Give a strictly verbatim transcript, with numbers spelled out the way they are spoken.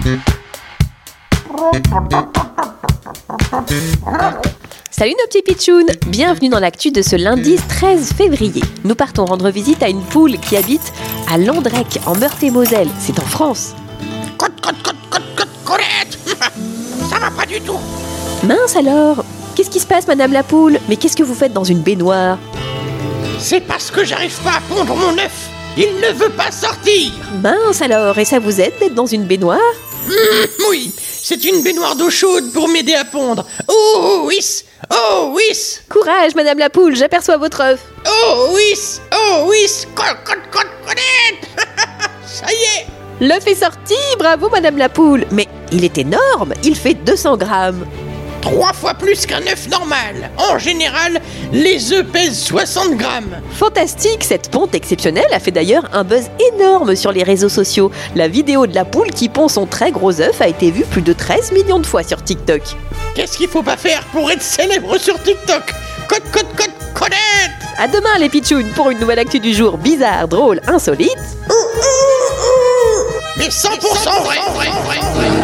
Salut nos petits pitchouns, bienvenue dans l'actu de ce lundi treize février. Nous partons rendre visite à une poule qui habite à Landrec, en Meurthe-et-Moselle, c'est en France. Côte, côte, côte, côte, côte, Colette. Ça va pas du tout. Mince alors, qu'est-ce qui se passe madame la poule? Mais qu'est-ce que vous faites dans une baignoire? C'est parce que j'arrive pas à pondre mon œuf. Il ne veut pas sortir. Mince alors, et ça vous aide d'être dans une baignoire? Mmh, oui, c'est une baignoire d'eau chaude pour m'aider à pondre. Oh oui, oh oui. Courage madame la poule, j'aperçois votre œuf. Oh oui, oh oui, côte, côte, côte, Colette. Ça y est. L'œuf est sorti, bravo madame la poule. Mais il est énorme, il fait deux cents grammes. Trois fois plus qu'un œuf normal. En général, les œufs pèsent soixante grammes. Fantastique, cette ponte exceptionnelle a fait d'ailleurs un buzz énorme sur les réseaux sociaux. La vidéo de la poule qui pond son très gros œuf a été vue plus de treize millions de fois sur TikTok. Qu'est-ce qu'il faut pas faire pour être célèbre sur TikTok? Côte, côte, côte, Colette. À demain les pitchouns pour une nouvelle actu du jour bizarre, drôle, insolite. Mais cent pour cent vrai, vrai, vrai, vrai.